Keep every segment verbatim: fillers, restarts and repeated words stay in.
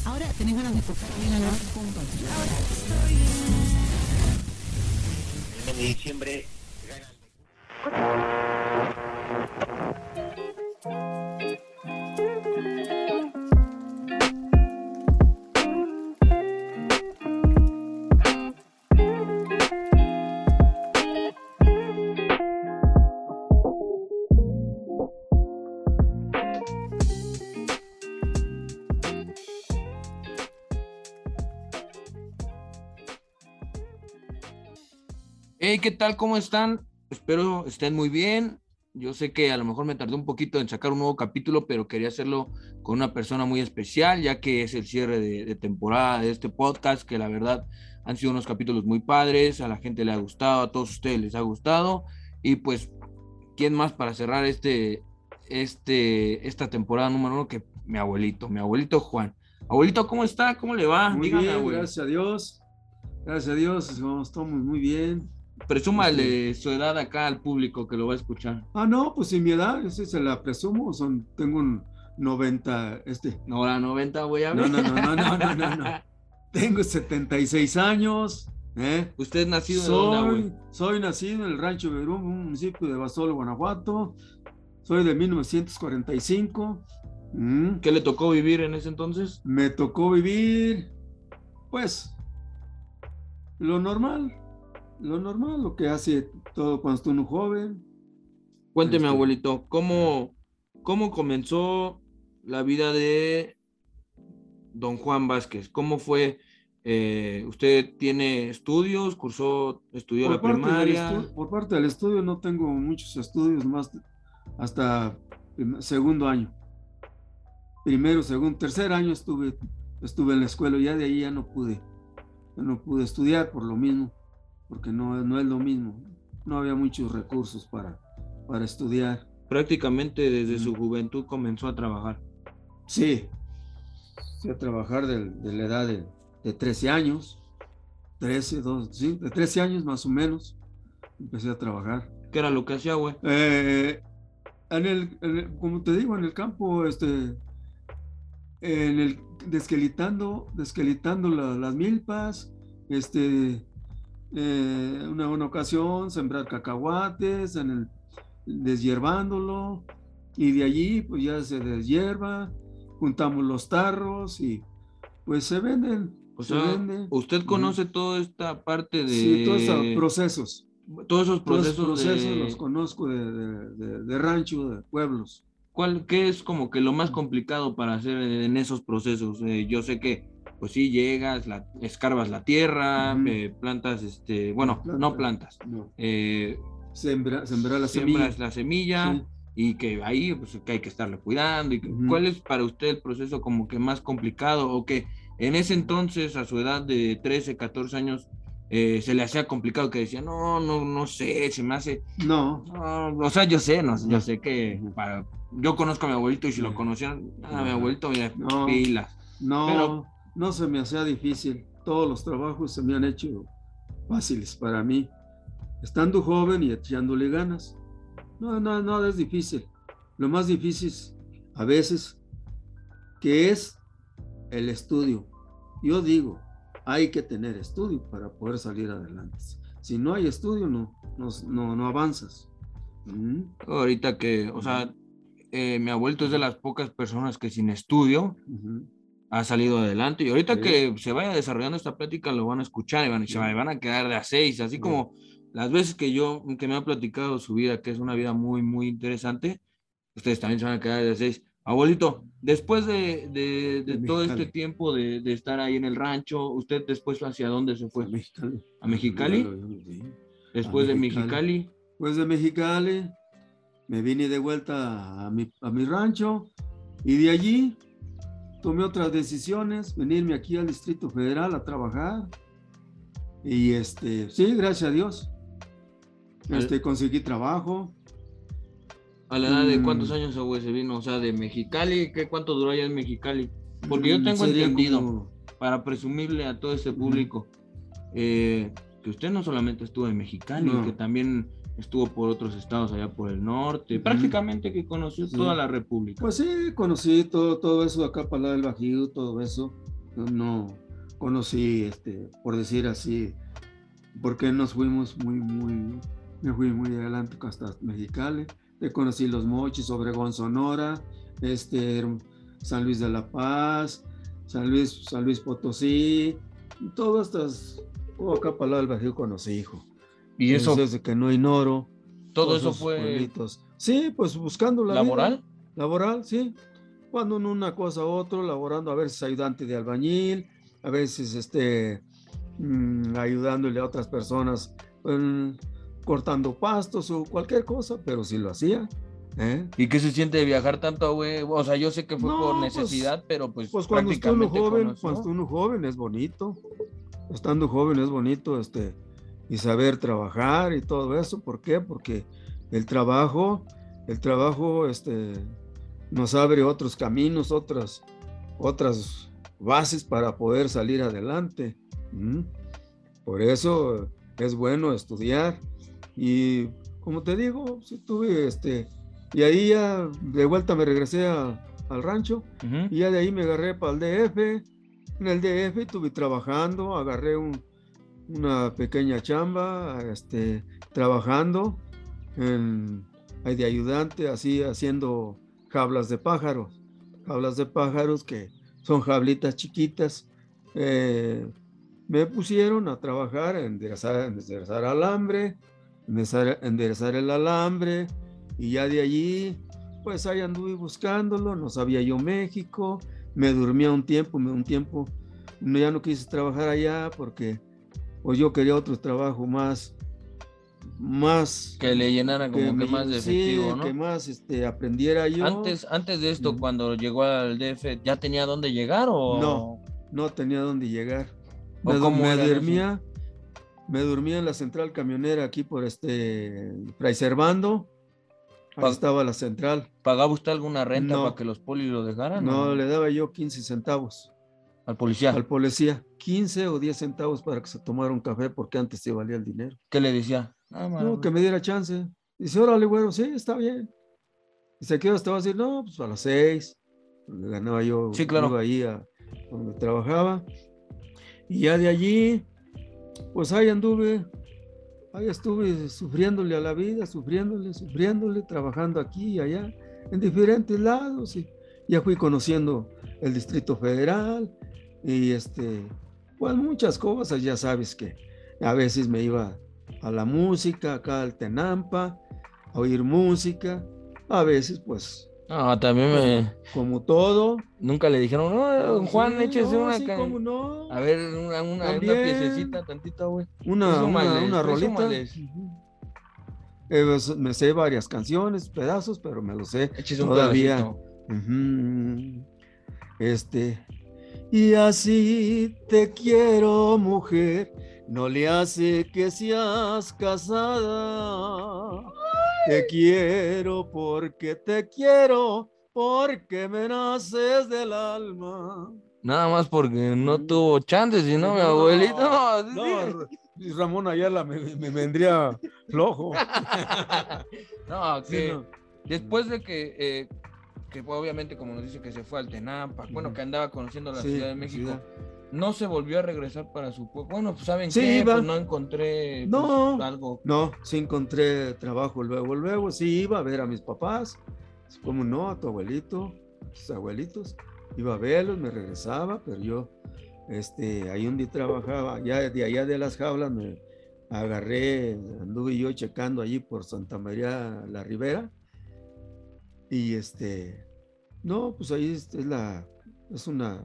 Ahora tenés ganas de tocar bien a la compa. Ahora estoy el mes de diciembre. Hey, ¿qué tal? ¿Cómo están? Espero estén muy bien. Yo sé que a lo mejor me tardé un poquito en sacar un nuevo capítulo, pero quería hacerlo con una persona muy especial, ya que es el cierre de, de temporada de este podcast, que la verdad han sido unos capítulos muy padres, a la gente le ha gustado, a todos ustedes les ha gustado, y pues, ¿quién más para cerrar este, este, esta temporada número uno que mi abuelito, mi abuelito Juan? Abuelito, ¿cómo está? ¿Cómo le va? Muy Dígame, bien, abuelo. gracias a Dios. Gracias a Dios, estamos muy bien. Presúmale Este... su edad acá al público que lo va a escuchar. Ah, no, pues sin mi edad, ese se la presumo, son, tengo un noventa, este. No, la noventa voy a ver. No, no, no, no, no, no, no, no. Tengo setenta y seis años, ¿eh? ¿Usted es nacido soy, de dónde, abuelo? Soy nacido en el Rancho Verum, un municipio de Basolo, Guanajuato. Soy de mil novecientos cuarenta y cinco. ¿Mm? ¿Qué le tocó vivir en ese entonces? Me tocó vivir, pues, lo normal. Lo normal, lo que hace todo cuando está uno joven. Cuénteme, este... abuelito, ¿cómo, ¿cómo comenzó la vida de don Juan Vázquez? ¿Cómo fue? Eh, ¿usted tiene estudios? ¿Cursó, estudió por la parte primaria? del por parte del estudio no tengo muchos estudios, más hasta segundo año. Primero, segundo, tercer año estuve, estuve en la escuela, y ya de ahí ya no pude, ya no pude estudiar por lo mismo, porque no, no es lo mismo. No había muchos recursos para, para estudiar. Prácticamente desde mm. su juventud comenzó a trabajar. Sí, sí a trabajar de, de la edad de, de trece años, trece, dos, sí, de trece años más o menos, empecé a trabajar. ¿Qué era lo que hacía, güey? Eh, en el, en el, como te digo, en el campo, este, en el, desquelitando, desquelitando la, las milpas, este, eh, una, una ocasión, sembrar cacahuates, en el, deshiervándolo, y de allí, pues ya se deshierva, juntamos los tarros y pues se venden. O se sea, vende. ¿usted conoce uh-huh. toda esta parte de... Sí, todos esos procesos. Todos esos procesos, todos esos procesos de... los conozco de, de, de, de rancho, de pueblos. ¿Cuál, qué es como que lo más complicado para hacer en esos procesos? Eh, yo sé que, pues sí, llegas, la, escarbas la tierra, uh-huh. eh, plantas, este, bueno, Planta, no plantas. No. Eh, Sembra, sembrar la siembras semilla. la semilla, sí. Y que ahí pues, que hay que estarle cuidando. Y que, uh-huh. ¿Cuál es para usted el proceso como que más complicado o que en ese entonces, a su edad de trece, catorce años, eh, se le hacía complicado, que decía, no, no, no sé, se me hace... No. no o sea, yo sé, no, yo sé que para... Yo conozco a mi abuelito y si lo conocían, a mi abuelito, mira, no, pilas. No, pero no se me hacía difícil. Todos los trabajos se me han hecho fáciles para mí. Estando joven y echándole ganas. No, no, no es difícil. Lo más difícil a veces que es el estudio. Yo digo, hay que tener estudio para poder salir adelante. Si no hay estudio, no, no, no, no avanzas. ¿Mm? Ahorita que, o sea, eh, mi abuelito es de las pocas personas que sin estudio uh-huh. ha salido adelante. Y ahorita sí. que se vaya desarrollando esta plática, lo van a escuchar y van, sí. se van a quedar de a seis, así sí. como las veces que yo, que me ha platicado su vida, que es una vida muy, muy interesante, ustedes también se van a quedar de a seis. Abuelito, después de, de, de, de todo este tiempo de, de estar ahí en el rancho, ¿usted después hacia dónde se fue? A Mexicali. ¿A Mexicali? Sí. Después a de Mexicali. Mexicali. Después de Mexicali, me vine de vuelta a mi, a mi rancho y de allí tomé otras decisiones, venirme aquí al Distrito Federal a trabajar y este, sí, gracias a Dios, este, conseguí trabajo. ¿A la edad de cuántos años se vino? O sea, de Mexicali, ¿qué cuánto duró allá en Mexicali? Porque yo tengo entendido, como... para presumirle a todo este público, uh-huh. eh, que usted no solamente estuvo en Mexicali, no. que también estuvo por otros estados allá por el norte, uh-huh. prácticamente que conoció sí. toda la república. Pues sí, conocí todo, todo eso acá para la del Bajío, todo eso. no conocí, este, por decir así, porque nos fuimos muy, muy, me fui muy adelante hasta Mexicali. Te conocí Los Mochis, Obregón, Sonora, este, San Luis de la Paz, San Luis, San Luis Potosí, todas estas, oh, acá para el Bajío conocí, hijo. Y eso, desde que no ignoro. todo eso esos fue pueblitos. Sí, pues buscando la laboral. vida. Laboral, sí. Cuando en una cosa u otra, laborando, a veces ayudante de albañil, a veces este, mmm, ayudándole a otras personas, um, cortando pastos o cualquier cosa, pero sí lo hacía. ¿eh? ¿Y qué se siente de viajar tanto, güey? O sea, yo sé que fue No, por pues, necesidad, pero pues, Pues cuando está uno prácticamente joven, conoció. cuando está uno joven es bonito. Estando joven es bonito, este, y saber trabajar y todo eso. ¿Por qué? Porque el trabajo, el trabajo, este, nos abre otros caminos, otras, otras bases para poder salir adelante. ¿Mm? Por eso es bueno estudiar. Y como te digo, sí tuve, este, y ahí ya de vuelta me regresé a, al rancho, Uh-huh. y ya de ahí me agarré para el D F. En el D F estuve trabajando, agarré un, una pequeña chamba, este, trabajando en, de ayudante, así haciendo jaulas de pájaros, jaulas de pájaros que son jablitas chiquitas. Eh, me pusieron a trabajar, a enderezar, enderezar alambre, enderezar, enderezar el alambre, y ya de allí, pues ahí anduve buscándolo, no sabía yo México, me dormía un tiempo, un tiempo, ya no quise trabajar allá porque pues yo quería otro trabajo más, más que le llenara como que, me, más de sí, efectivo, ¿no? que más este, aprendiera yo. Antes, antes de esto, Mm. cuando llegó al D F, ¿ya tenía dónde llegar o...? No, no tenía dónde llegar. ¿O Me, cómo me era dormía, me dormía en la central camionera aquí por este Fray Servando. Ahí Pa- estaba la central. ¿Pagaba usted alguna renta No. para que los polis lo dejaran? No, ¿o? le daba yo quince centavos Al policía. al policía. quince o diez centavos para que se tomara un café porque antes se valía el dinero. ¿Qué le decía? Ah, No, man, que me diera chance. Dice, órale, güero, sí, está bien. Y se quedó, hasta va a decir, no, pues a las seis. Ganaba yo, sí, claro. iba ahí a donde trabajaba. Y ya de allí, pues ahí anduve, ahí estuve sufriéndole a la vida, sufriéndole, sufriéndole, trabajando aquí y allá, en diferentes lados. Y ya fui conociendo el Distrito Federal y este, pues muchas cosas, ya sabes que a veces me iba a la música, acá al Tenampa, a oír música, a veces pues... No, también como, me... como todo. Nunca le dijeron, no, don Juan, Sí, échese no, una... sí, can... cómo no. A ver, una, una, una piececita tantita, güey. Una, una, una rolita. Uh-huh. eh, pues, me sé varias canciones, pedazos, pero me lo sé Échese un todavía. pedacito. Uh-huh. Este... Y así te quiero, mujer, no le hace que seas casada. Te quiero porque te quiero, porque me naces del alma. Nada más porque no tuvo chances, si no, mi abuelito. No, no, Ramón Ayala me, me vendría flojo. No, que Sí, no. después de que, eh, que obviamente, como nos dice, que se fue al Tenampa, bueno, que andaba conociendo la Sí, Ciudad de México, ciudad. no se volvió a regresar para su pueblo. Bueno, pues saben Sí, qué, iba. pues no encontré pues, No, algo. no, sí encontré trabajo luego, luego, sí iba a ver a mis papás, como no, a tu abuelito, a tus abuelitos, iba a verlos, me regresaba, pero yo, este, ahí donde trabajaba, ya de allá de las jaulas me agarré, anduve yo checando allí por Santa María la Ribera, y este, no, pues ahí es, es la, es una...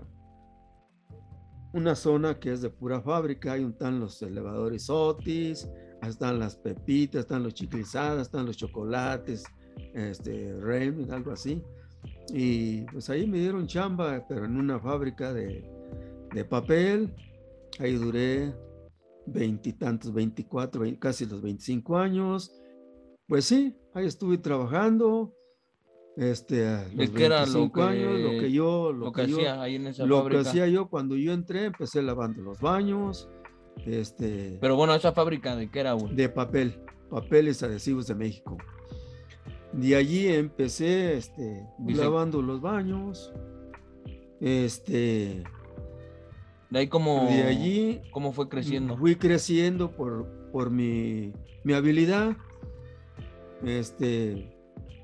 una zona que es de pura fábrica, ahí están los elevadores Otis, están las pepitas, están los chiclizadas, están los chocolates, este, Rem, algo así. Y pues ahí me dieron chamba, pero en una fábrica de, de papel. Ahí duré veintitantos, veinticuatro, veinte, casi los veinticinco años. Pues sí, ahí estuve trabajando. Este, a los ¿Qué era lo veinticinco que, años, lo que yo, lo, lo que, que yo, hacía ahí en esa lo fábrica? que hacía yo cuando yo entré, empecé lavando los baños, este, Pero bueno, esa fábrica de qué era, güey. de papel, papeles adhesivos de México. De allí empecé, este, Dice- lavando los baños, este, De ahí cómo, De allí cómo fue creciendo. fui creciendo por, por mi, mi habilidad. Este,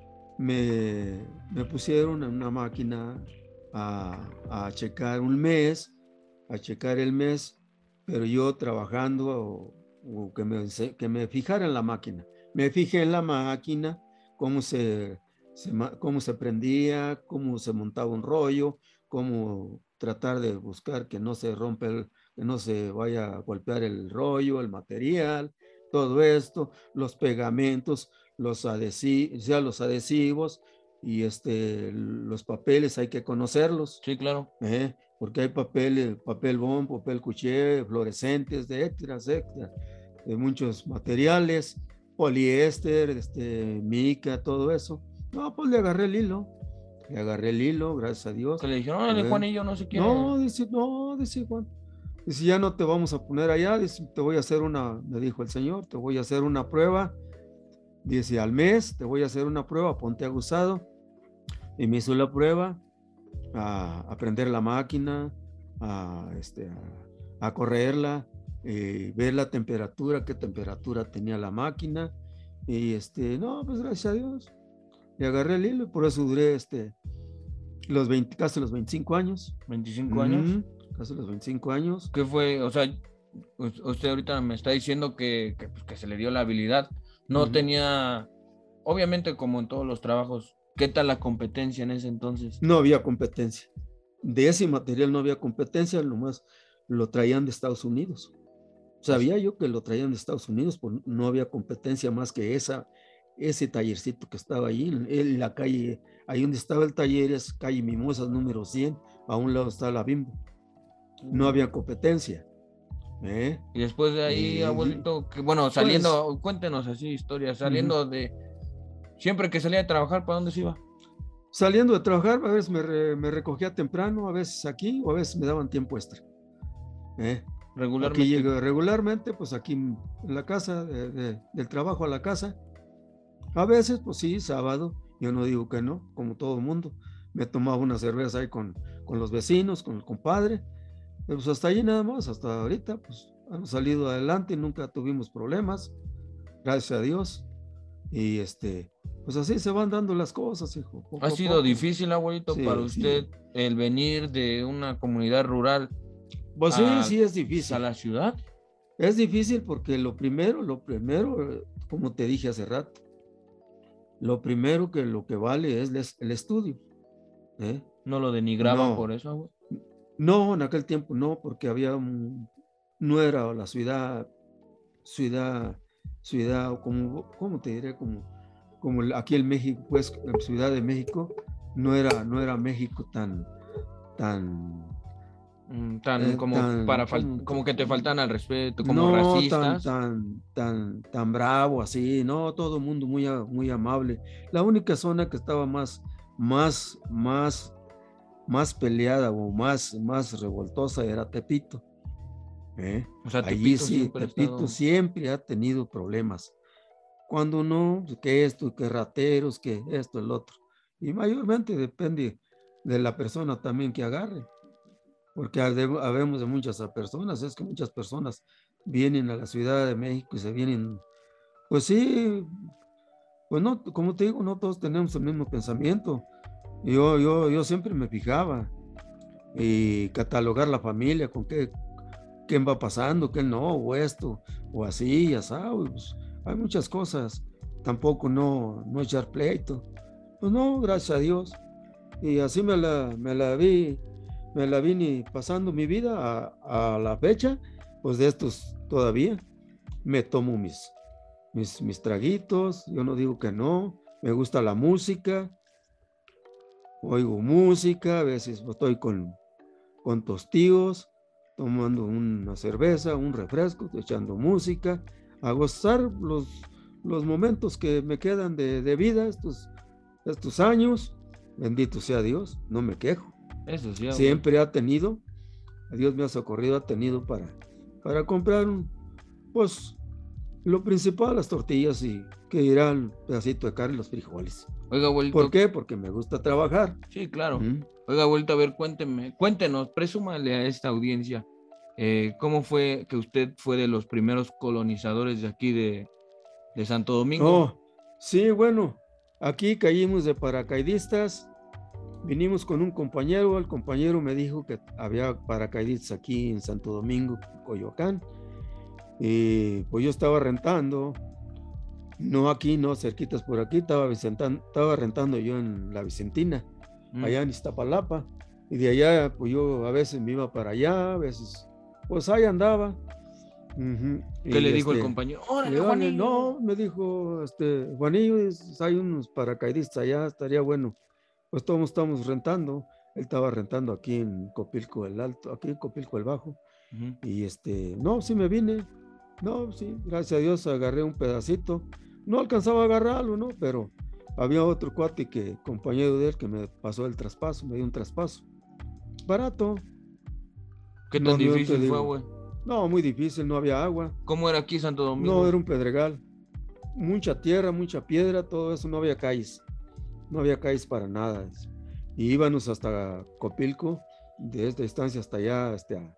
me, me pusieron en una máquina a, a checar un mes, a checar el mes, pero yo trabajando o, o que, me, que me fijara en la máquina. Me fijé en la máquina, cómo se, se, cómo se prendía, cómo se montaba un rollo, cómo tratar de buscar que no se rompa el, que no se vaya a golpear el rollo, el material, todo esto, los pegamentos, los adhesivos, ya los adhesivos y este, los papeles hay que conocerlos. Sí, claro. ¿eh? Porque hay papel, papel bond, papel cuché, fluorescentes, de etcétera, etcétera, de muchos materiales, poliéster, este, mica, todo eso. No, pues le agarré el hilo, le agarré el hilo, gracias a Dios. Que le dijeron, órale, Juanillo, no se quiere. No, dice, no, dice Juan. Dice, ya no te vamos a poner allá, dice, te voy a hacer una, me dijo el Señor, te voy a hacer una prueba. Dice, al mes te voy a hacer una prueba, ponte aguzado. Y me hizo la prueba, a aprender la máquina, a, este, a, a correrla, eh, ver la temperatura, qué temperatura tenía la máquina. Y este, no, pues gracias a Dios. Le agarré el hilo y por eso duré este, los veinte, casi los veinticinco años. ¿veinticinco años? Mm, casi los veinticinco años. ¿Qué fue? O sea, usted ahorita me está diciendo que, que, pues, que se le dio la habilidad. No uh-huh. tenía, obviamente como en todos los trabajos, ¿qué tal la competencia en ese entonces? No había competencia. De ese material no había competencia, nomás lo traían de Estados Unidos. Sabía yo que lo traían de Estados Unidos, pues no había competencia más que esa, ese tallercito que estaba ahí, en, en la calle, ahí donde estaba el taller es calle Mimosas número cien, a un lado está la Bimbo. No había competencia. ¿Eh? Y después de ahí, y, abuelito, que, bueno, saliendo, pues, cuéntenos así historias, saliendo uh-huh. de, siempre que salía de trabajar, ¿para dónde se iba? Saliendo de trabajar, a veces me, re, me recogía temprano, a veces aquí, o a veces me daban tiempo extra. ¿Eh? Regularmente. Aquí llego, regularmente, pues aquí en la casa, de, de, del trabajo a la casa. A veces, pues sí, sábado, yo no digo que no, como todo el mundo. Me tomaba una cerveza ahí con, con los vecinos, con el compadre. Pues hasta allí nada más, hasta ahorita, pues hemos salido adelante, nunca tuvimos problemas, gracias a Dios. Y este, pues así se van dando las cosas, hijo. Poco ¿Ha sido poco. difícil, abuelito, sí, para usted sí. el venir de una comunidad rural? Pues sí, a, sí es difícil. ¿A la ciudad? Es difícil porque lo primero, lo primero, como te dije hace rato, lo primero que lo que vale es el estudio. ¿eh? ¿No lo denigraban no. por eso, abuelo? No, en aquel tiempo no, porque había un, no era la ciudad, ciudad, ciudad, como, ¿cómo te diré? Como, como aquí en México, pues, la Ciudad de México, no era, no era México tan, tan, tan eh, como tan, para fal- como, como que te faltan al respeto, como no racistas. Tan, tan, tan, tan bravo así, no, todo el mundo muy, muy amable. La única zona que estaba más, más, más más peleada o más, más revoltosa era Tepito. ¿eh? O sea, Allí Tepito sí, siempre Tepito estado... siempre ha tenido problemas. Cuando no, que esto, que rateros, que esto, el otro. Y mayormente depende de la persona también que agarre. Porque habemos de muchas personas, es que muchas personas vienen a la Ciudad de México y se vienen, pues sí, pues no, como te digo, no todos tenemos el mismo pensamiento. Yo, yo, yo siempre me fijaba y catalogar la familia con qué, qué va pasando, qué no, o esto, o así, ya sabes, pues, hay muchas cosas, tampoco no, no echar pleito, pues no, gracias a Dios, y así me la, me la vi, me la vine pasando mi vida a, a la fecha, pues de estos todavía, me tomo mis, mis, mis traguitos, yo no digo que no, me gusta la música, oigo música, a veces estoy con, con tostíos, tomando una cerveza, un refresco, echando música, a gozar los, los momentos que me quedan de, de vida, estos, estos años, bendito sea Dios, no me quejo. Eso sí, siempre ha tenido, a Dios me ha socorrido, ha tenido para, para comprar, un, pues, lo principal, las tortillas y que irá el pedacito de carne y los frijoles. Oiga, abuelito. ¿Por qué? Porque me gusta trabajar. Sí, claro. ¿Mm? Oiga, abuelito, a ver, cuénteme, cuéntenos, presúmale a esta audiencia. Eh, ¿cómo fue que usted fue de los primeros colonizadores de aquí de, de Santo Domingo? Oh, sí, bueno, aquí caímos de paracaidistas, vinimos con un compañero, el compañero me dijo que había paracaidistas aquí en Santo Domingo, Coyoacán, y pues yo estaba rentando, no aquí, no cerquitas por aquí, estaba, vicentan- estaba rentando yo en la Vicentina, Mm. allá en Iztapalapa, y de allá pues yo a veces me iba para allá, a veces pues ahí andaba. Ujú. ¿Qué Y le dijo el este, compañero? y ¡Órale, órale, Juanillo! no, me dijo, este, Juanillo, es- hay unos paracaidistas allá, estaría bueno. Pues todos estamos rentando. Él estaba rentando aquí en Copilco el Alto, aquí en Copilco el Bajo. Ujú. Y este, no, sí me vine. No, sí, gracias a Dios agarré un pedacito. No alcanzaba a agarrarlo, ¿no? Pero había otro cuate que, compañero de él, que me pasó el traspaso, me dio un traspaso. Barato. ¿Qué No, tan no te difícil fue, digo. güey? No, muy difícil, no había agua. ¿Cómo era aquí Santo No, Domingo? era un pedregal. Mucha tierra, mucha piedra, todo eso, no había calles. No había calles para nada. Y íbamos hasta Copilco, de esta distancia hasta allá, este, a,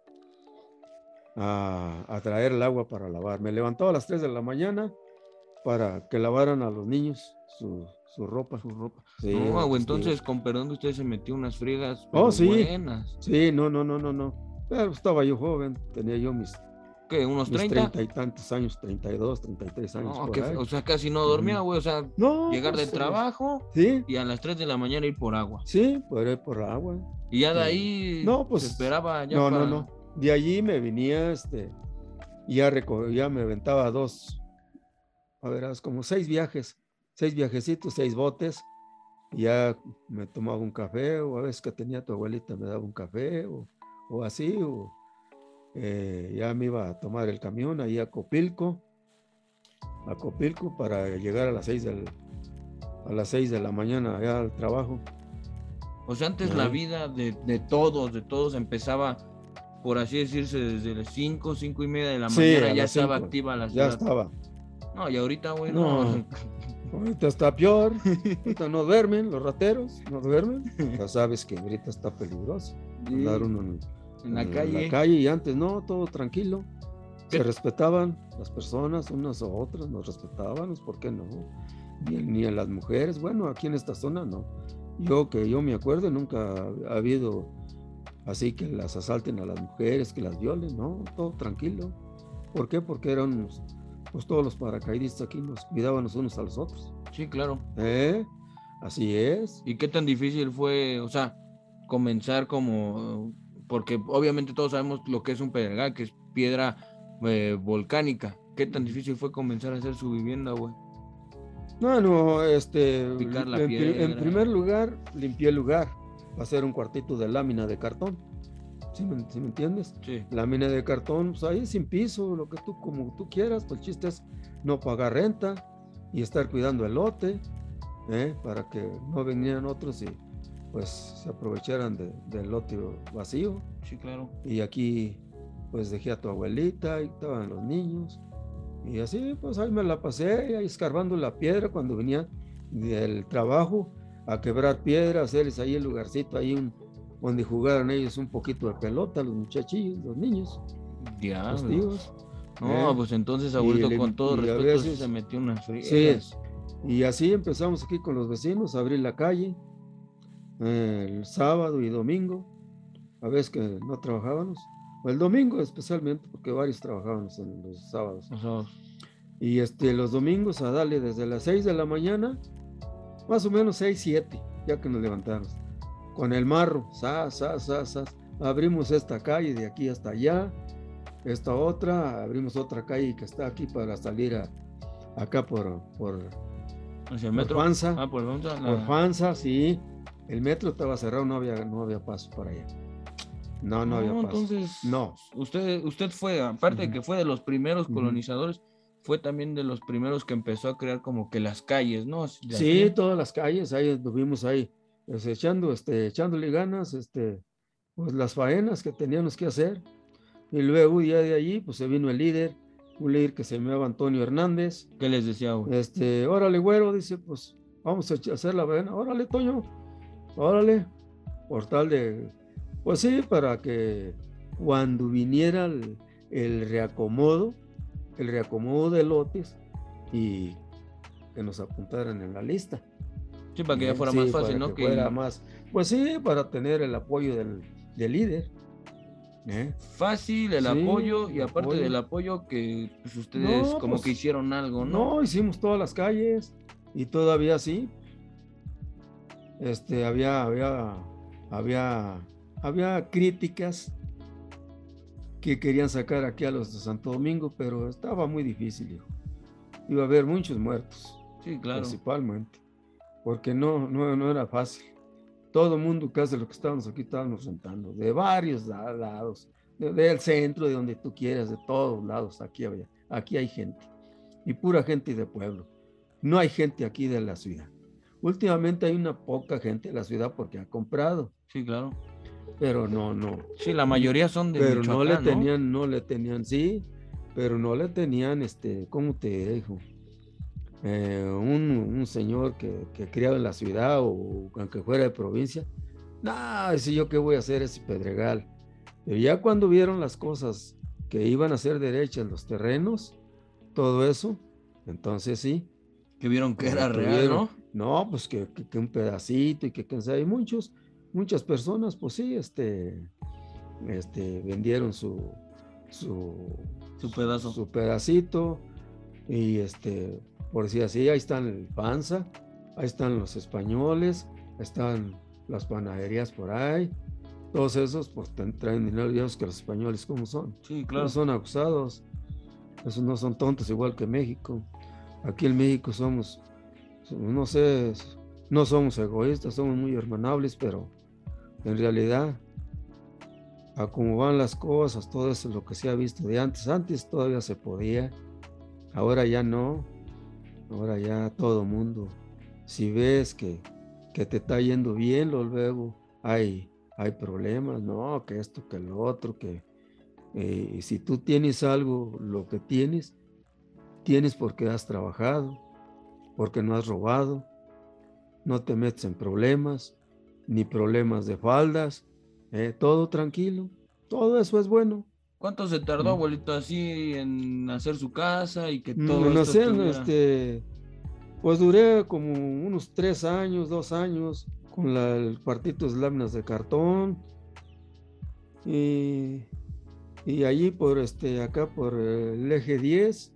a, a traer el agua para lavar. Me levantaba a las tres de la mañana para que lavaran a los niños su, su ropa. Su ropa. Sí, No, era güey, testigo. entonces, con perdón de usted, se metió unas friegas, Oh, pero sí. buenas. Sí, no, no, no, no, no. Pero estaba yo joven, tenía yo mis, ¿Qué, unos mis treinta? treinta y tantos años, treinta y dos, treinta y tres años No, por qué ahí. fe- o sea, casi no dormía, Ujú. güey. O sea, No, llegar pues, del eh, trabajo sí, y a las tres de la mañana ir por agua. sí, por ahí, por agua. Y ya de Eh, ahí no, pues, se esperaba ya no, para... no, no. De allí me venía, este, y ya, reco- ya me aventaba dos, a ver, haz como seis viajes, seis viajecitos, seis botes, y ya me tomaba un café, o a veces que tenía tu abuelita me daba un café, o, o así, o eh, ya me iba a tomar el camión ahí a Copilco, a Copilco para llegar a las seis del, a las seis de la mañana allá al trabajo. O sea, antes la Ahí. vida de, de todos, de todos empezaba, por así decirse, desde las cinco, cinco y media de la Sí, mañana a ya las estaba cinco, activa la ya ciudad. estaba. No, y ahorita, güey, no. No, ahorita está peor. Ahorita no duermen, los rateros no duermen. Ya sabes que ahorita está peligroso andar uno en, En la en calle. la calle, y antes no, todo tranquilo. ¿Qué? Se respetaban las personas unas a otras, nos respetábamos, ¿por qué no? Ni, ni a las mujeres, bueno, aquí en esta zona no. Yo que yo me acuerdo, nunca ha habido así que las asalten a las mujeres, que las violen, no, todo tranquilo. ¿Por qué? Porque eran pues todos los paracaidistas aquí nos cuidábamos unos a los otros. Sí, claro. ¿Eh? Así es. ¿Y qué tan difícil fue, o sea, comenzar como, porque obviamente todos sabemos lo que es un pedregal, que es piedra eh, volcánica? ¿Qué tan difícil fue comenzar a hacer su vivienda, güey? No, no, este, Picar la en, pri- en piedra. primer lugar, limpié el lugar. Va a ser un cuartito de lámina de cartón. ¿Sí me, sí me entiendes? Sí. Lámina de cartón, pues ahí sin piso, lo que tú, como tú quieras. Pues el chiste es no pagar renta y estar cuidando el lote, ¿eh? Para que no vinieran otros y pues se aprovecharan de- del lote vacío. Sí, claro. Y aquí pues dejé a tu abuelita, y estaban los niños. Y así pues ahí me la pasé, ahí escarbando la piedra cuando venía del trabajo a quebrar piedra, hacerles ahí el lugarcito, ahí un, donde jugaran ellos un poquito de pelota, los muchachillos, los niños, Ya. los tíos. No, ¿eh? pues entonces, Y abuelito, le- con todo y a respeto, sí veces- se metió unas Sí, friegas. y así empezamos aquí con los vecinos a abrir la calle eh, el sábado y domingo, a veces que no trabajábamos, o el domingo especialmente, porque varios trabajábamos en los sábados. O sea, Y este, los domingos a darle desde las seis de la mañana, más o menos seis, siete, ya que nos levantamos. Con el marro, sa, sa, sa, sa, abrimos esta calle de aquí hasta allá, esta otra, abrimos otra calle que está aquí para salir a, acá por, por, hacia el por metro. Fanza, Ah, por Fanza. la- por Fanza, sí. El metro estaba cerrado, no había, no había paso para allá. No, no, había paso. entonces, No. Usted, usted fue, aparte de Ujú. que fue de los primeros Ujú. colonizadores, fue también de los primeros que empezó a crear como que las calles, ¿no? De Sí, aquí. todas las calles, ahí estuvimos ahí, pues, echando, este, echándole ganas, este, pues las faenas que teníamos que hacer. Y luego ya de allí, pues se vino el líder, un líder que se llamaba Antonio Hernández. ¿Qué les decía, güey? Este, órale, güero, dice, pues vamos a echa- hacer la faena. Órale, Toño, órale, por tal de, pues sí, para que cuando viniera el, el reacomodo, el reacomodo de lotes y que nos apuntaran en la lista. Sí, para que ya Eh, fuera sí, más fácil, para ¿no? que Que fuera el- más, pues sí, para tener el apoyo del, del líder. ¿eh? fácil, el Sí, apoyo, y el aparte apoyo. del apoyo, que pues, ustedes No, como pues, que hicieron algo, ¿no? No, hicimos todas las calles y todavía sí. Este, había, había, había, había críticas que querían sacar aquí a los de Santo Domingo, pero estaba muy difícil, hijo. Iba a haber muchos muertos, Sí, claro. principalmente, porque no, no, no era fácil. Todo el mundo, casi lo que estábamos aquí, estábamos rentando, de varios la- lados, de- del centro, de donde tú quieras, de todos lados, aquí había, aquí hay gente, y pura gente de pueblo. No hay gente aquí de la ciudad. Últimamente hay una poca gente de la ciudad porque ha comprado, Sí, claro. pero no, no. Sí, la mayoría son de Pero no le Michoacán, ¿no? tenían, no le tenían, sí, pero no le tenían, este, ¿cómo te dijo? Eh, un, un señor que, que criaba en la ciudad o aunque fuera de provincia. No, si yo qué voy a hacer ese Pedregal. Pero ya cuando vieron las cosas que iban a ser derechas, los terrenos, todo eso, entonces sí. Que vieron que eh, era real, tuvieron, ¿no? no, pues que, que, que un pedacito y que quién sabe, y muchos, muchas personas, pues sí, este, este, vendieron su, su, Su pedazo. su pedacito y este, por decir así, ahí están el Panza, ahí están los españoles, ahí están las panaderías por ahí, todos esos pues te- traen dinero, ya ves que los españoles como son, Sí, claro. no son acusados, esos no son tontos igual que México. Aquí en México somos, no sé, no somos egoístas, somos muy hermanables, pero en realidad, a cómo van las cosas, todo eso es lo que se ha visto de antes. Antes todavía se podía, ahora ya no, ahora ya todo mundo. Si ves que, que te está yendo bien, lo luego hay, hay problemas, no, que esto, que lo otro, que eh, si tú tienes algo, lo que tienes, tienes porque has trabajado, porque no has robado, no te metes en problemas, ni problemas de faldas, eh, todo tranquilo, todo eso es bueno. ¿Cuánto se tardó, Mm. abuelito, así en hacer su casa y que Mm, todo En esto hacer, estuviera? este, pues duré como unos tres años, dos años, con la, el cuartito de láminas de cartón, y, y allí por este, acá por el eje diez,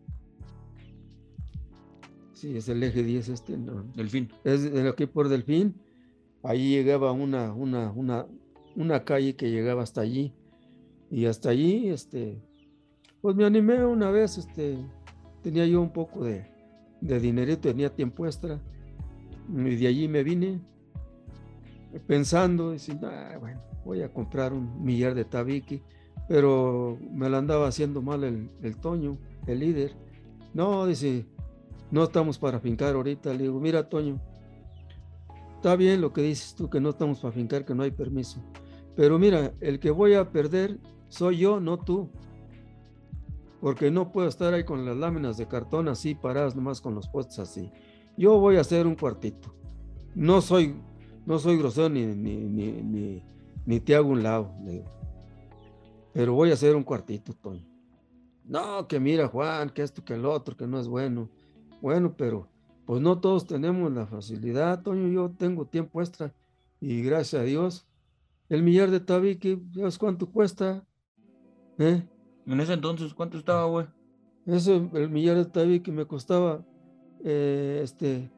sí, es el eje diez este, no, Delfín. es de aquí por Delfín, ahí llegaba una, una, una, una calle que llegaba hasta allí, y hasta allí, este, pues me animé una vez, este, tenía yo un poco de, de dinerito, tenía tiempo extra, y de allí me vine pensando, diciendo, ah, bueno, voy a comprar un millar de tabique, pero me lo andaba haciendo mal el, el Toño, el líder. No, dice, no estamos para fincar ahorita. Le digo, mira, Toño, está bien lo que dices tú, que no estamos para fincar, que no hay permiso. Pero mira, el que voy a perder soy yo, no tú. Porque no puedo estar ahí con las láminas de cartón así paradas, nomás con los postes así. Yo voy a hacer un cuartito. No soy, no soy grosero ni, ni, ni, ni, ni te hago un lado, le digo. Pero voy a hacer un cuartito, Toño. No, que mira, Juan, que esto, que el otro, que no es bueno. Bueno, pero pues no todos tenemos la facilidad, Toño. Yo tengo tiempo extra y gracias a Dios, el millar de tabique, ¿sabes cuánto cuesta? ¿Eh? En ese entonces, ¿cuánto estaba, güey? Eso, el millar de tabique me costaba, eh, este,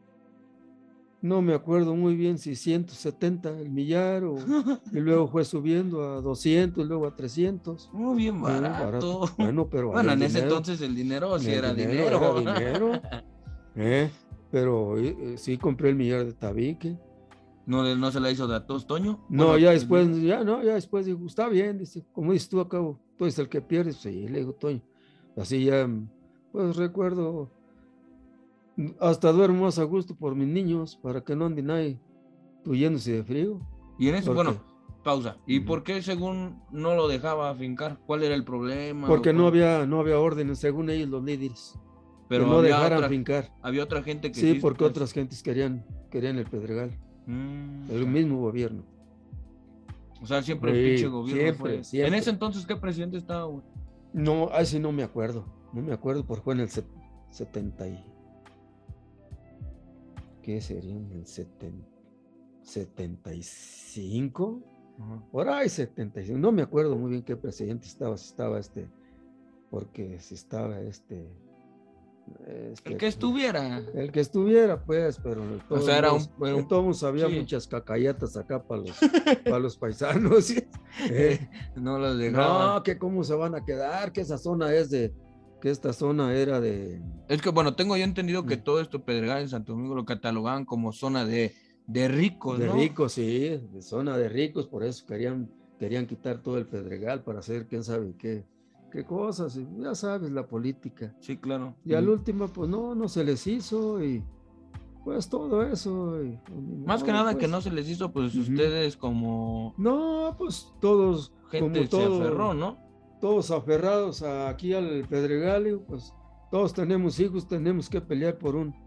no me acuerdo muy bien si ciento setenta el millar o, y luego fue subiendo a doscientos, luego a trescientos. Muy bien Muy barato. barato. Bueno, pero Bueno, el en ese dinero, entonces el dinero sí el era dinero dinero. era dinero. ¿eh? Pero eh, eh, sí compré el millar de tabique. ¿No, le- no se la hizo de a todos, Toño? No, Bueno, ya el después, líder. ya no, ya después digo, está bien, dice, como dices tú acabo, tú eres el que pierdes, sí, le digo, Toño. Así ya, pues recuerdo, hasta duermo más a gusto por mis niños, para que no anden ahí huyéndose de frío. Y en eso, Porque, bueno, pausa. ¿Y Ujú. por qué según no lo dejaba fincar? ¿Cuál era el problema? porque ¿O no cuál? había, no había órdenes, según ellos los líderes, Pero que no había dejaran otra, fincar. había otra gente que Sí, sí. porque pues, otras gentes querían, querían el Pedregal, mm, el ya. mismo gobierno. O sea, siempre el Sí, pinche gobierno siempre, fue. siempre. En ese entonces, ¿qué presidente estaba, güey? No, ahí sí no me acuerdo. No me acuerdo porque fue en el set- setenta y... ¿Qué sería? En el seten- setenta y cinco. Ajá. Por ahí setenta y cinco. No me acuerdo muy bien qué presidente estaba. Si estaba este... Porque si estaba este... este El que estuviera. El que estuviera, pues, pero de O todos sea, era un. modos, Era de un todos modos había sí. muchas cacayatas acá para los, para los paisanos. ¿Sí? Eh, No los dejaban. no, que cómo se van a quedar, que esa zona es de, que esta zona era de, Es que, bueno, tengo yo entendido que Mm. todo esto Pedregal en Santo Domingo lo catalogaban como zona de, de ricos, de ¿no? ricos, sí, de zona de ricos, por eso querían, querían quitar todo el Pedregal para hacer quién sabe qué, qué cosas, y ya sabes, la política. Sí, claro. Y al último, pues no, no se les hizo, y pues todo eso. y, pues, ni Más que modo, nada que pues. no se les hizo, pues Ujú. ustedes como No, pues todos, gente como se todo, aferró, ¿no? todos aferrados a- aquí al Pedregal, y, pues todos tenemos hijos, tenemos que pelear por un,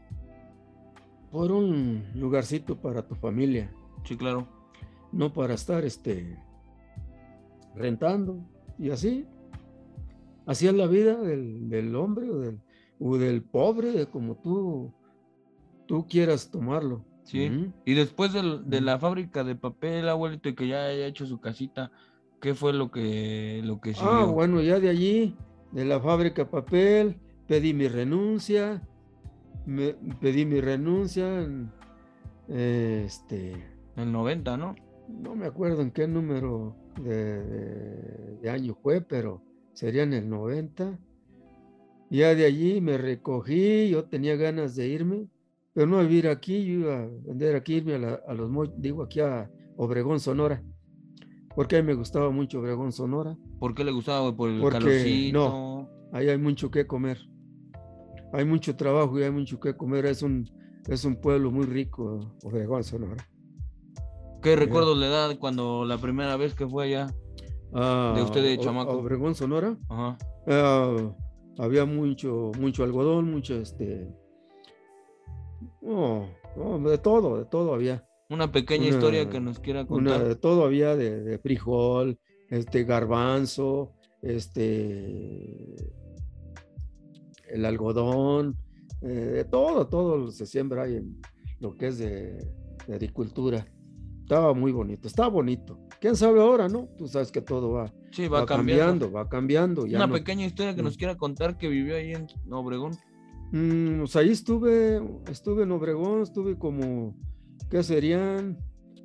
por un lugarcito para tu familia, Sí, claro. no para estar este, rentando. Y así, así es la vida del, del hombre o del, o del pobre, de como tú, tú quieras tomarlo. Sí. Ujú. Y después del- de Ujú. la fábrica de papel, abuelito, y que ya haya hecho su casita, ¿qué fue lo que, lo que Ah, siguió? bueno, ya de allí, de la fábrica de papel, pedí mi renuncia, me, pedí mi renuncia, en, eh, este, El noventa, ¿no? no me acuerdo en qué número de, de- de año fue, pero sería en el noventa. Ya de allí me recogí, yo tenía ganas de irme, pero no a vivir aquí, yo iba a vender aquí, irme a, la- a los, Mo- digo aquí a Obregón, Sonora, porque a mí me gustaba mucho Obregón, Sonora, ¿Por qué le gustaba, güey? ¿Por el porque no, calorcito? ahí hay mucho que comer. Hay mucho trabajo y hay mucho que comer. Es un, es un pueblo muy rico, Obregón, Sonora. ¿Qué recuerdos le da cuando la primera vez que fue allá Ah, de usted de O- chamaco? Obregón, Sonora. Ajá. ah, había mucho, mucho algodón, mucho este. No, no, de todo, de todo había. Una pequeña Una- historia que nos quiera Una, contar. de todo había de, de frijol, este garbanzo, este el algodón, eh, de todo, todo se siembra ahí en lo que es de, de agricultura. Estaba muy bonito, está bonito. ¿Quién sabe ahora, no? Tú sabes que todo va, Sí, va, va cambiando. cambiando, va cambiando. Ya Una no. pequeña historia que nos Mm. quiera contar que vivió ahí en Obregón. Mm, pues ahí estuve, estuve en Obregón, estuve como, ¿qué serían?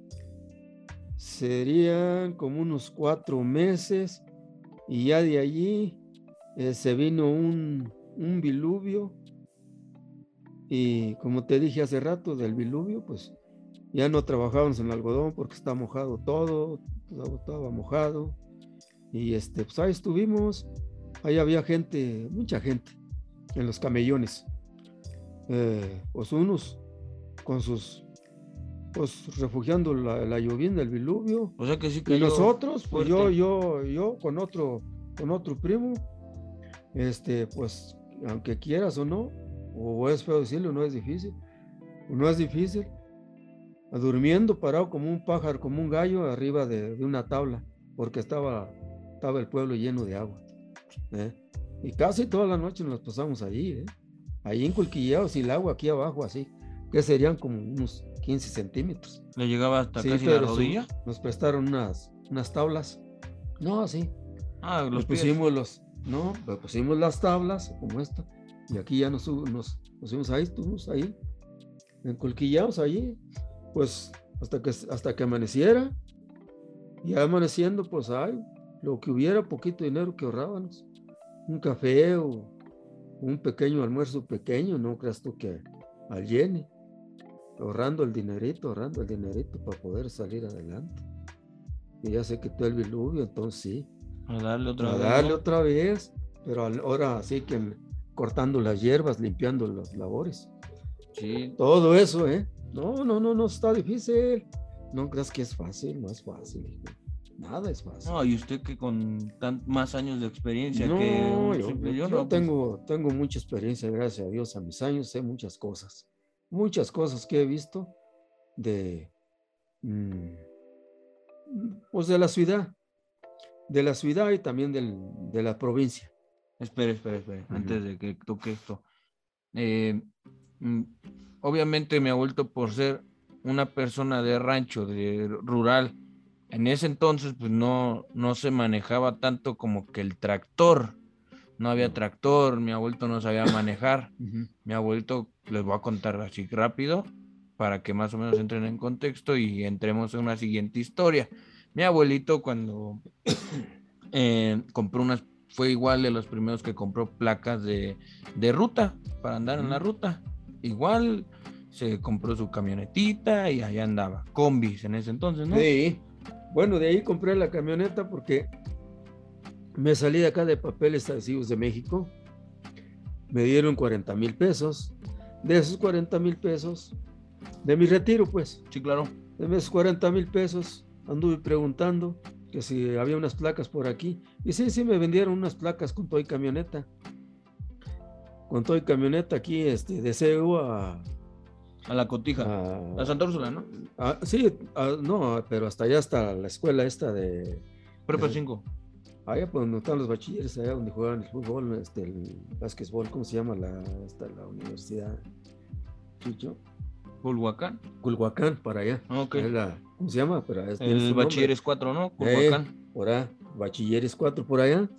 Serían como unos cuatro meses y ya de allí eh, se vino un, un diluvio y como te dije hace rato del diluvio, pues ya no trabajábamos en el algodón porque está mojado todo, todo estaba mojado y este, pues ahí estuvimos, ahí había gente, mucha gente en los camellones, eh, pues unos con sus, pues refugiando la, la llovizna del diluvio. O sea que sí Y cayó nosotros, pues yo, fuerte. yo, yo con otro, con otro primo, este, pues, aunque quieras o no, o es feo decirlo, no es difícil, no es difícil, durmiendo parado como un pájaro, como un gallo arriba de, de una tabla, porque estaba, estaba el pueblo lleno de agua, ¿eh? Y casi toda la noche nos pasamos allí, ¿eh? Ahí enculquillados y el agua aquí abajo, así, que serían como unos quince centímetros. Le llegaba hasta Sí, casi la pero su- rodilla. nos prestaron unas, unas tablas. No, sí. Ah, Nos los pies. pusimos los, no, pues pusimos las tablas como esta. Y aquí ya nos, sub- nos pusimos ahí, estuvimos ahí, encolquillados allí, pues hasta que, hasta que amaneciera. Y ya amaneciendo, pues ay, lo que hubiera, poquito dinero que ahorrábamos. Un café o un pequeño almuerzo pequeño, no creas tú que al llene. Ahorrando el dinerito, ahorrando el dinerito para poder salir adelante. Y ya se quitó el diluvio, entonces sí, A darle otra a vez. darle ¿no? otra vez, pero al- ahora sí que cortando las hierbas, limpiando las labores. Sí. Todo eso, ¿eh? No, no, no, no está difícil. No creas que es fácil, no es fácil, hijo. Nada es fácil. No, y usted que con tan, más años de experiencia No, que un yo, simple yo yo, no, pues, tengo, tengo mucha experiencia, gracias a Dios, a mis años sé muchas cosas. Muchas cosas que he visto de, mm, Pues de la ciudad, de la ciudad y también del, de la provincia. Espera, espera, espera, Ujú. antes de que toque esto. Eh, mm, obviamente mi abuelito, por ser una persona de rancho, de rural, en ese entonces pues no, no se manejaba tanto como que el tractor. No había No. tractor, mi abuelito no sabía manejar. Ujú. Mi abuelito, les voy a contar así rápido para que más o menos entren en contexto y entremos en una siguiente historia. Mi abuelito cuando eh, compró unas, fue igual de los primeros que compró placas de, de ruta para andar en la ruta. Igual se compró su camionetita y allá andaba. Combis en ese entonces, ¿no? Sí. Bueno, de ahí compré la camioneta porque me salí de acá de Papeles Adhesivos de México. Me dieron cuarenta mil pesos. De esos cuarenta mil pesos, de mi retiro, pues, Sí, claro. de esos cuarenta mil pesos, anduve preguntando que si había unas placas por aquí. Y sí, sí, me vendieron unas placas con todo y camioneta. Con todo y camioneta aquí, este, de C E U a... A la Cotija. a- A Santa Úrsula, ¿no? a- sí, a- no, pero hasta allá, hasta la escuela esta de... Prepa de- cinco. allá por donde están los bachilleres, allá donde juegan el fútbol, este, el básquetbol, ¿cómo se llama la, esta, la universidad? Chicho. Culhuacán. Culhuacán, para allá. Ok. Es la, ¿cómo se llama? Pero es, tiene su El nombre. Bachilleres cuatro, ¿no? Eh, Culhuacán. por ahí, Bachilleres cuatro por allá.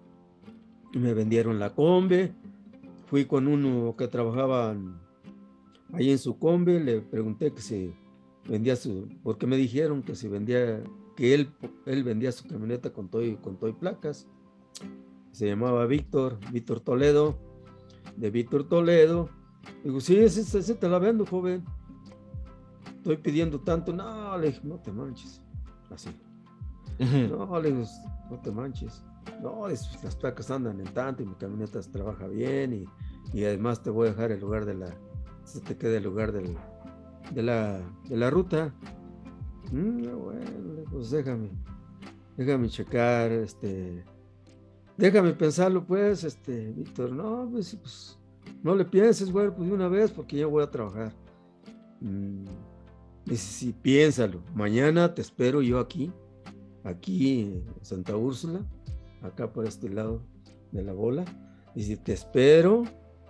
Y me vendieron la combe. Fui con uno que trabajaba ahí en su combe, le pregunté que si vendía su, porque me dijeron que si vendía, que él, él vendía su camioneta con todo y, con todo y placas. Se llamaba Víctor, Víctor Toledo, de Víctor Toledo. Digo, sí, ese, ese te la vendo, joven. Estoy pidiendo tanto. No, le dije, no te manches. Así. No, le digo, no te manches. No, es- las placas andan en tanto y mi camioneta trabaja bien y, y además te voy a dejar el lugar de la, se te queda el lugar del, de, la, de la ruta. Mm, bueno, pues déjame, déjame checar, este, déjame pensarlo pues, este, Víctor. No, pues, pues no le pienses, güey, pues de una vez porque ya voy a trabajar. Mm, dice, sí, piénsalo. Mañana te espero yo aquí, aquí en Santa Úrsula, acá por este lado de la bola. Y si te espero,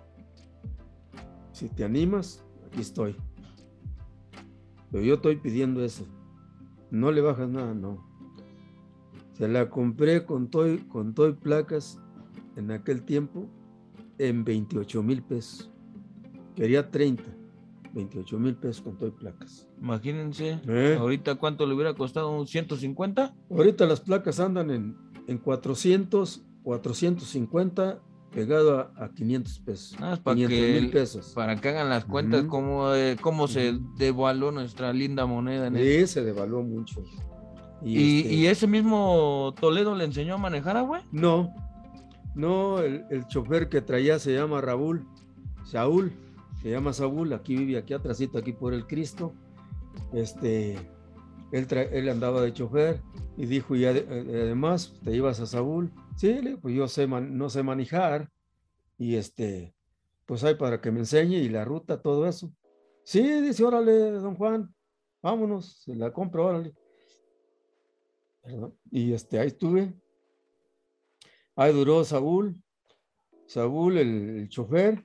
si te animas, aquí estoy. Pero yo estoy pidiendo eso. No le bajas nada, no. Se la compré con todo y, con todo y placas en aquel tiempo en veintiocho mil pesos. Quería treinta, veintiocho mil pesos con todo y placas. Imagínense, ¿Eh? ahorita cuánto le hubiera costado, un ciento cincuenta. Ahorita las placas andan en, en cuatrocientos, cuatrocientos cincuenta, pegado a, a quinientos pesos. Nada más para quinientos que, mil el- pesos. para que hagan las cuentas, Ujú. cómo, eh, cómo se Ujú. devaluó nuestra linda moneda. En el- Sí, se devaluó mucho. Y, y, este, y ese mismo Toledo le enseñó a manejar, ah, güey. no, no, el, el chofer que traía se llama Raúl, Saúl, se llama Saúl, aquí vive, aquí atrásito, aquí por el Cristo. Este, él, tra- él andaba de chofer y dijo, y ade- eh, además, te ibas a Saúl. Sí, le digo, pues yo sé man- no sé manejar y este, pues hay para que me enseñe y la ruta, todo eso. Sí, dice, órale, don Juan, vámonos, se la compro, órale. ¿Verdad? Y este, ahí estuve. Ahí duró Saúl, Saúl, el, el chofer.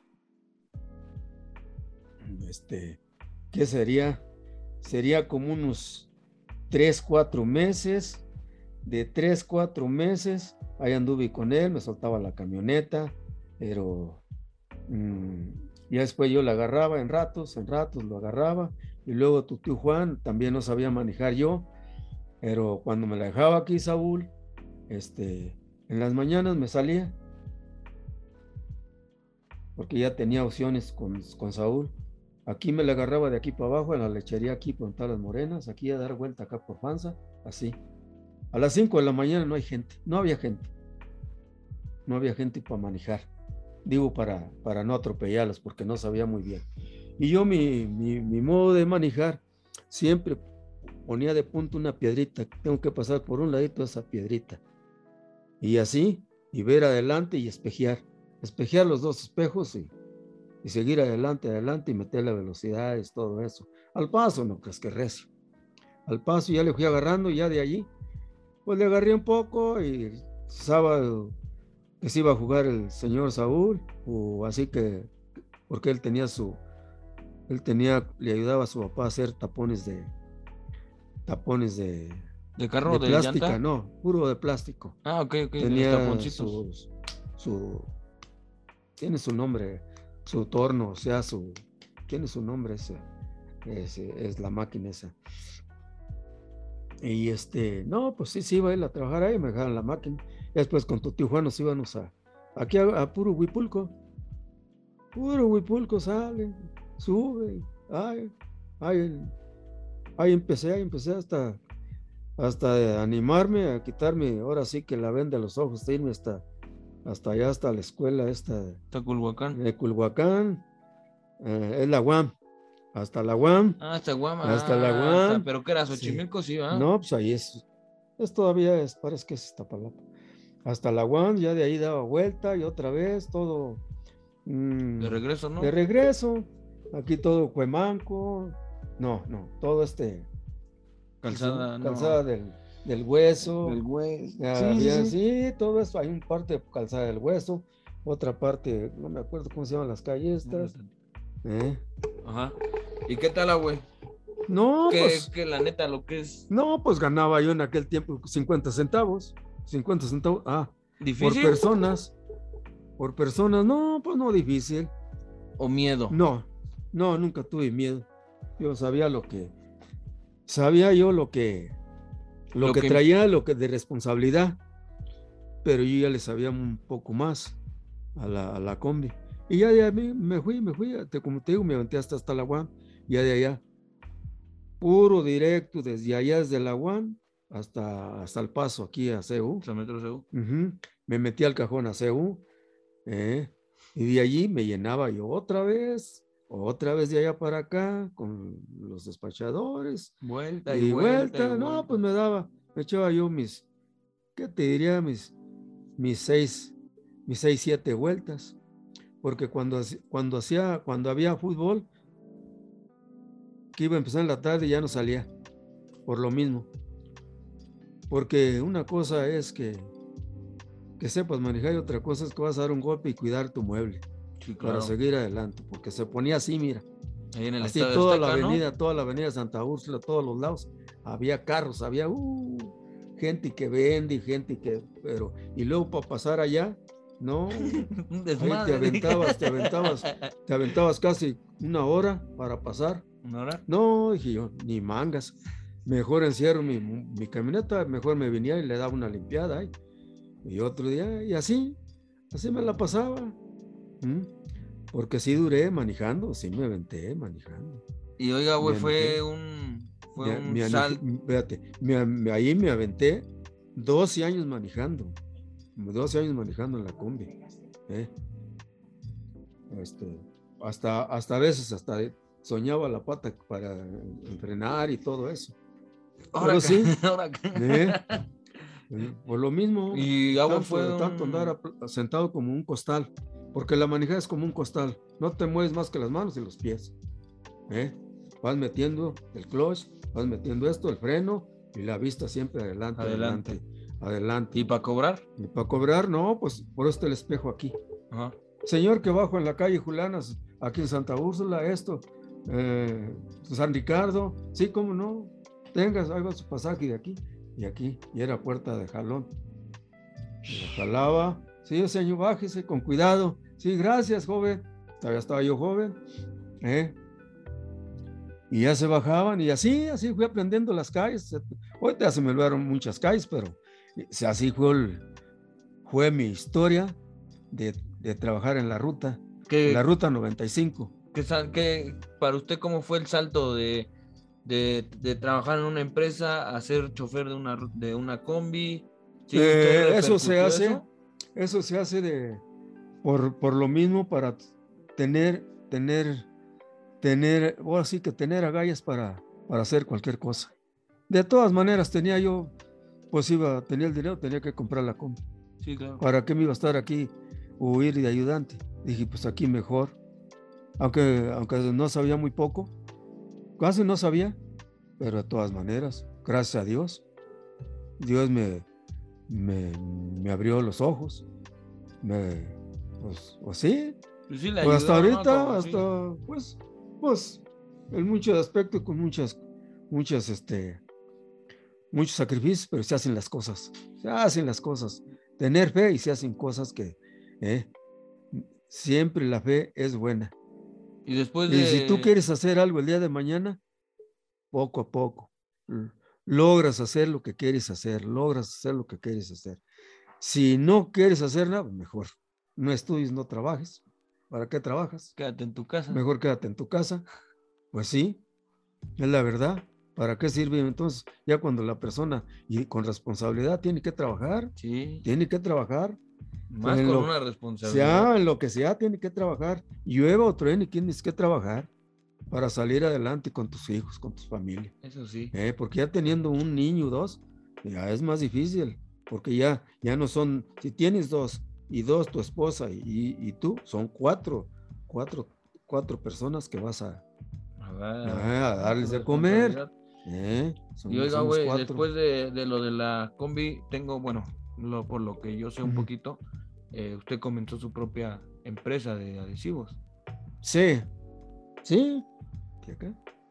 Este, ¿qué sería? Sería como unos tres, cuatro meses. De tres, cuatro meses, ahí anduve con él, me soltaba la camioneta, pero mm, ya después yo la agarraba en ratos, en ratos lo agarraba. Y luego tu tío Juan también no sabía manejar yo, pero cuando me la dejaba aquí Saúl, este, en las mañanas me salía, porque ya tenía opciones con, con Saúl. Aquí me la agarraba de aquí para abajo, en la lechería aquí por las Morenas, aquí a dar vuelta acá por Fanza, así. A las cinco de la mañana no hay gente, no había gente. No había gente para manejar. Digo, para, para no atropellarlos, porque no sabía muy bien. Y yo mi, mi, mi modo de manejar, siempre ponía de punto una piedrita. Tengo que pasar por un ladito de esa piedrita. Y así, y ver adelante y espejear. Espejear los dos espejos y, y seguir adelante, adelante y meter la velocidad, es todo eso. Al paso, no crees que recio. al Paso, ya le fui agarrando, y ya de allí, pues le agarré un poco, y sábado que se iba a jugar el señor Saúl, o así que, porque él tenía su, él tenía, le ayudaba a su papá a hacer tapones de, tapones de, ¿De carro de de plástica, llanta? no, puro de plástico. Ah, ok, ok, de los Tenía taponcitos. sus, su, tiene su nombre, su torno, o sea, su, tiene su nombre, ese, ese, es la máquina esa. Y este, no, pues sí, sí iba a ir a trabajar ahí, me dejaron la máquina. Y después con tu tío Juan nos íbamos a, aquí a, a puro Huipulco. Puro Huipulco sale, sube, ay, ay, ahí empecé, ahí empecé hasta, hasta de animarme a quitarme, ahora sí que la venda de los ojos, de irme hasta, hasta allá, hasta la escuela esta Está Culhuacán. de Culhuacán, eh, es la U A M, hasta la U A M, Ah, hasta Guama. hasta la Ah, U A hasta- M. pero que era Sí. Xochimilco, sí, ¿va? No, pues ahí es, es todavía, es, parece que es Iztapalapa. Hasta la U A M, ya de ahí daba vuelta y otra vez todo. mm, De regreso, ¿no? De regreso, aquí todo Cuemanco, no, no, todo este, Calzada, no. calzada del, del hueso, Del güey. ya Sí, había- sí, sí. sí, todo eso, hay un parte de calzada del hueso, otra parte, no me acuerdo cómo se llaman las calles estas. ¿eh? Ajá. ¿Y qué tal, ah, güey? No, Que, pues, que la neta, lo que es no, pues ganaba yo en aquel tiempo cincuenta centavos, cincuenta centavos, ah, por difícil personas, por personas, no, pues no difícil. o miedo. No, no, nunca tuve miedo. Yo sabía lo que, sabía yo lo que, lo, Lo que, que- traía, lo que de responsabilidad, pero yo ya le sabía un poco más a la, a la combi. Y ya de ahí me fui, me fui, te- como te digo, me aventé hasta, hasta la U A M, ya de allá, puro directo, desde allá, desde la U A M, hasta, hasta el Paso, aquí a C U. O sea, Metro C U. Ujú. Me metí al cajón a C U, ¿eh? Y de allí me llenaba yo otra vez, otra vez de allá para acá, con los despachadores, Vuelta y, y, vuelta, vuelta, y no, vuelta. pues me daba, me echaba yo mis, ¿qué te diría? Mis, mis seis, mis seis, siete vueltas, porque cuando, haci- cuando hacía, cuando había fútbol, que iba a empezar en la tarde, ya no salía, por lo mismo, porque una cosa es que, que sepas manejar y otra cosa es que vas a dar un golpe y cuidar tu mueble. Sí, Para claro. seguir adelante, porque se ponía así, mira, Ahí en el así Estadio toda la Azteca, ¿no? avenida, toda la avenida Santa Úrsula, todos los lados, había carros, había uh, gente que vende y gente que, pero, y luego para pasar allá, no, Un ahí te desmadre. aventabas, te aventabas, te aventabas casi una hora para pasar, ¿Una hora? no, dije yo, ni mangas, mejor encierro mi, mi camioneta, mejor me venía y le daba una limpiada, ahí, y otro día, y así, así me la pasaba. ¿Mm? Porque sí duré manejando, sí me aventé manejando. Y oiga, güey, Me fue anejé. un, fue Me- un me anejé- salto. Fíjate, me- me- ahí me aventé doce años manejando. doce años manejando en la combi. ¿eh? Este, hasta, hasta a veces, hasta soñaba la pata para frenar y todo eso. Ahora Pero acá, sí, ahora acá. ¿eh? Eh, Por lo mismo, Y Gabo tanto, fue de tanto un- andar apl- sentado como un costal, porque la manejada es como un costal, no te mueves más que las manos y los pies. ¿eh? Vas metiendo el clutch, vas metiendo esto, el freno y la vista siempre adelante, Adelante. adelante, adelante. ¿Y para cobrar? Y para cobrar, no, pues por eso está el espejo aquí. Ajá. Señor que bajo en la calle Julianas, aquí en Santa Úrsula, esto, eh, San Ricardo, sí, cómo no, tengas, haga su pasaje de aquí y aquí, y era puerta de jalón. Y lo jalaba, sí, señor, bájese con cuidado, sí, gracias, joven, todavía estaba yo joven, ¿eh? Y ya se bajaban, y así, así fui aprendiendo las calles. Ahorita ya se me olvidaron muchas calles, pero así fue, el, fue mi historia de, de trabajar en la ruta, ¿Qué, en la ruta noventa y cinco. qué sal- qué- para usted cómo fue el salto de, de, de trabajar en una empresa a ser chofer de una, ru- de una combi? ¿Sí, usted Eh, eso se repercutió hace, eso? eso se hace de, por, por lo mismo para tener, tener, tener, o así que tener agallas para, para hacer cualquier cosa. De todas maneras tenía yo, pues iba, tenía el dinero, tenía que comprar la combi. Sí, claro. ¿Para qué me iba a estar aquí o ir de ayudante? Dije, pues aquí mejor. Aunque, aunque no sabía muy poco, casi no sabía, pero de todas maneras, gracias a Dios, Dios me, me, me abrió los ojos, me, pues, pues sí, Pues sí le pues hasta ayudó, ¿no? ahorita, Como hasta, sí. pues, pues, en muchos aspectos, con muchas, muchas, este, muchos sacrificios, pero se hacen las cosas, se hacen las cosas, tener fe y se hacen cosas que, eh, siempre la fe es buena. Y después Y si tú de... quieres hacer algo el día de mañana, poco a poco, l- logras hacer lo que quieres hacer, logras hacer lo que quieres hacer. Si no quieres hacer nada, mejor no estudies, no trabajes. ¿Para qué trabajas? Quédate en tu casa. Mejor quédate en tu casa. Pues sí, es la verdad. ¿Para qué sirve entonces? Ya cuando la persona y con responsabilidad tiene que trabajar, Sí. tiene que trabajar. Más En con lo, una responsabilidad. sea en lo que sea, tiene que trabajar. Llueva o truene, tienes que trabajar para salir adelante con tus hijos, con tu familia. Eso sí. Eh, porque ya teniendo un niño o dos, ya es más difícil, porque ya, ya no son, si tienes dos y dos, tu esposa y, y tú, son cuatro, cuatro, cuatro personas que vas a, A, ver, a, a darles de comer. responsabilidad. Eh, son- Y oiga, somos güey, cuatro. después de, de lo de la combi, tengo, bueno, lo, por lo que yo sé un Ujú. poquito, eh, usted comenzó su propia empresa de adhesivos. Sí, sí, ¿qué acá?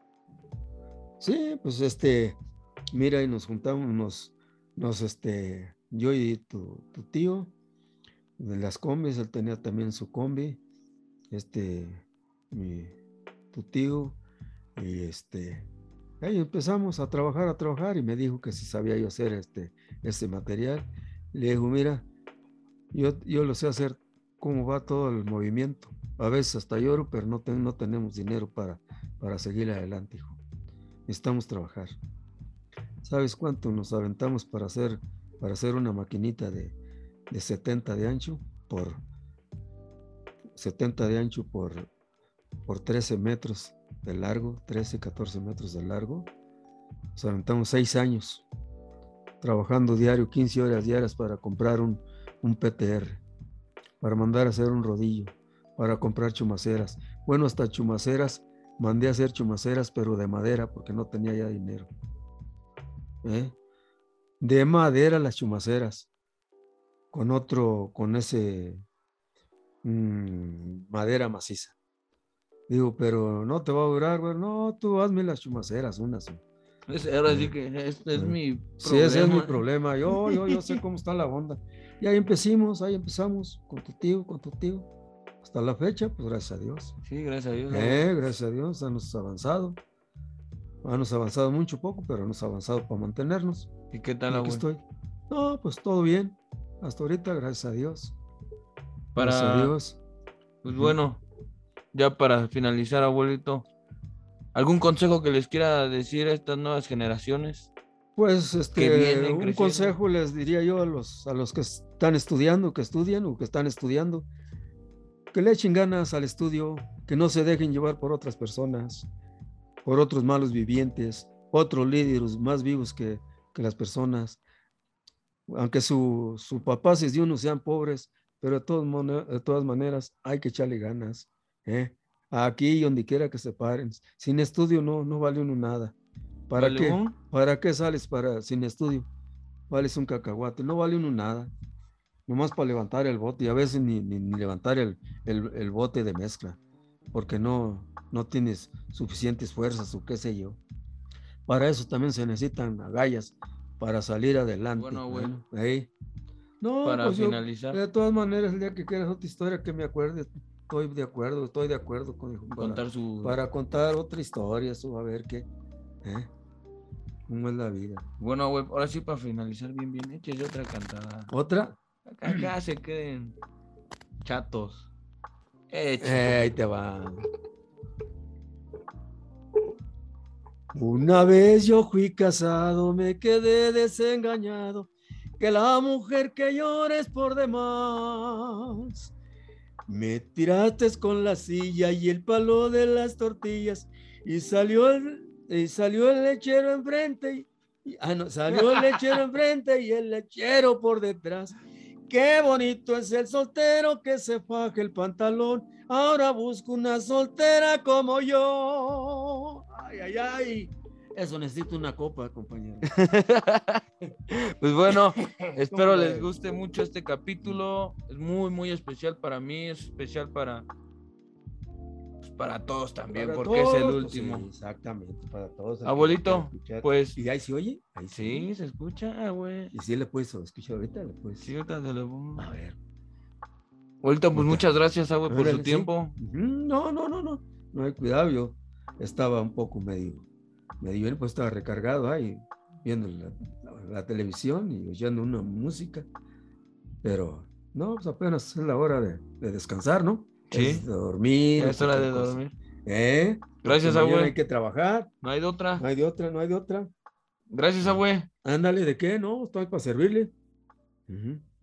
Sí, pues este, mira, y nos juntamos, nos, nos, este, yo y tu, tu tío, de las combis, él tenía también su combi, este, mi, tu tío, y este, ahí empezamos a trabajar, a trabajar, y me dijo que si sabía yo hacer este, este material. Le digo, mira, yo, yo lo sé hacer, cómo va todo el movimiento. A veces hasta lloro, pero no, ten- no tenemos dinero para, para seguir adelante, hijo. Necesitamos trabajar. ¿Sabes cuánto nos aventamos para hacer, para hacer una maquinita de, de setenta de ancho por setenta de ancho por, por trece metros de largo, trece, catorce metros de largo? Nos aventamos seis años trabajando diario, quince horas diarias para comprar un, un P T R, para mandar a hacer un rodillo, para comprar chumaceras. Bueno, hasta chumaceras, mandé a hacer chumaceras, pero de madera, porque no tenía ya dinero. ¿Eh? De madera las chumaceras, con otro, con ese mmm, madera maciza. Digo, pero no te va a durar, güey. No, tú hazme las chumaceras, unas. Es, ahora sí Eh, que este es eh. mi Sí, ese es mi problema. problema. Yo, yo, yo sé cómo está la onda. Y ahí empecimos, ahí empezamos con tu tío, con tu tío. Hasta la fecha, pues gracias a Dios. Sí, gracias a Dios. Eh, gracias a Dios, hemos avanzado. Hemos avanzado mucho poco, pero hemos avanzado para mantenernos. ¿Y qué tal, Y aquí abuelo? estoy. No, pues todo bien. Hasta ahorita, gracias a Dios. Gracias a Para, Dios. pues Ujú. bueno, ya para finalizar, abuelito, ¿algún consejo que les quiera decir a estas nuevas generaciones Pues que este, vienen un creciendo? consejo les diría yo a los, a los que están estudiando, que estudien o que están estudiando, que le echen ganas al estudio, que no se dejen llevar por otras personas, por otros malos vivientes, otros líderes más vivos que, que las personas, aunque su, su papás y uno sean pobres, pero de, todos mone- de todas maneras hay que echarle ganas, ¿eh? Aquí y donde quiera que se paren. Sin estudio no, no vale uno nada. ¿Para ¿Vale qué? un? ¿Para qué sales para, sin estudio? Vales un cacahuate, no vale uno nada, nomás para levantar el bote y a veces ni, ni, ni levantar el, el, el bote de mezcla, porque no, no tienes suficientes fuerzas o qué sé yo. Para eso también se necesitan agallas para salir adelante. Bueno, abuelo, ¿eh? Ahí. No, para pues yo, finalizar, de todas maneras, el día que quieras otra historia que me acuerde, estoy de acuerdo, estoy de acuerdo con hijo, para, contar su... para contar otra historia, eso a ver qué, ¿eh? ¿Cómo es la vida? Bueno, abuelo, ahora sí para finalizar bien, bien, échese otra cantada. ¿Otra? Acá, acá se queden chatos. Échese. Eh, ahí te va. Una vez yo fui casado, me quedé desengañado, que la mujer que llora es por demás. Me tiraste con la silla y el palo de las tortillas y salió el, y salió el lechero enfrente y, y- ah, no, salió el lechero enfrente y el lechero por detrás. Qué bonito es el soltero que se faja el pantalón. Ahora busco una soltera como yo. Ay, ay, ay. Eso necesito una copa, compañero. Pues bueno, espero les guste mucho este capítulo. Es muy, muy especial para mí, es especial para, pues, para todos también, Para porque es el todos, pues, último. sí, exactamente, para todos. aquí Abuelito, nos quieren escuchar. pues ¿Y ahí se oye? Ahí se sí, oye. se escucha, güey. Y sí le puedo escuchar ahorita, le puedes. Sí, ahorita te lo pongo. A ver. Abuelito, pues Ahorita. muchas gracias, ah, güey, por Ándale, su sí. tiempo. Ujú, No, no, no, no. No hay cuidado, yo estaba un poco medio, medio bien, pues estaba recargado ahí, viendo la, la- la televisión y oyendo una música. Pero no, pues apenas es la hora de, de descansar, ¿no? Sí. Es de dormir. o Es hora de cualquier cosa. dormir. ¿Eh? Gracias, Porque mañana abue. hay que trabajar. No hay de otra. No hay de otra, no hay de otra. Gracias, abue. Ándale, ¿de qué? No, estoy para servirle. Ujú.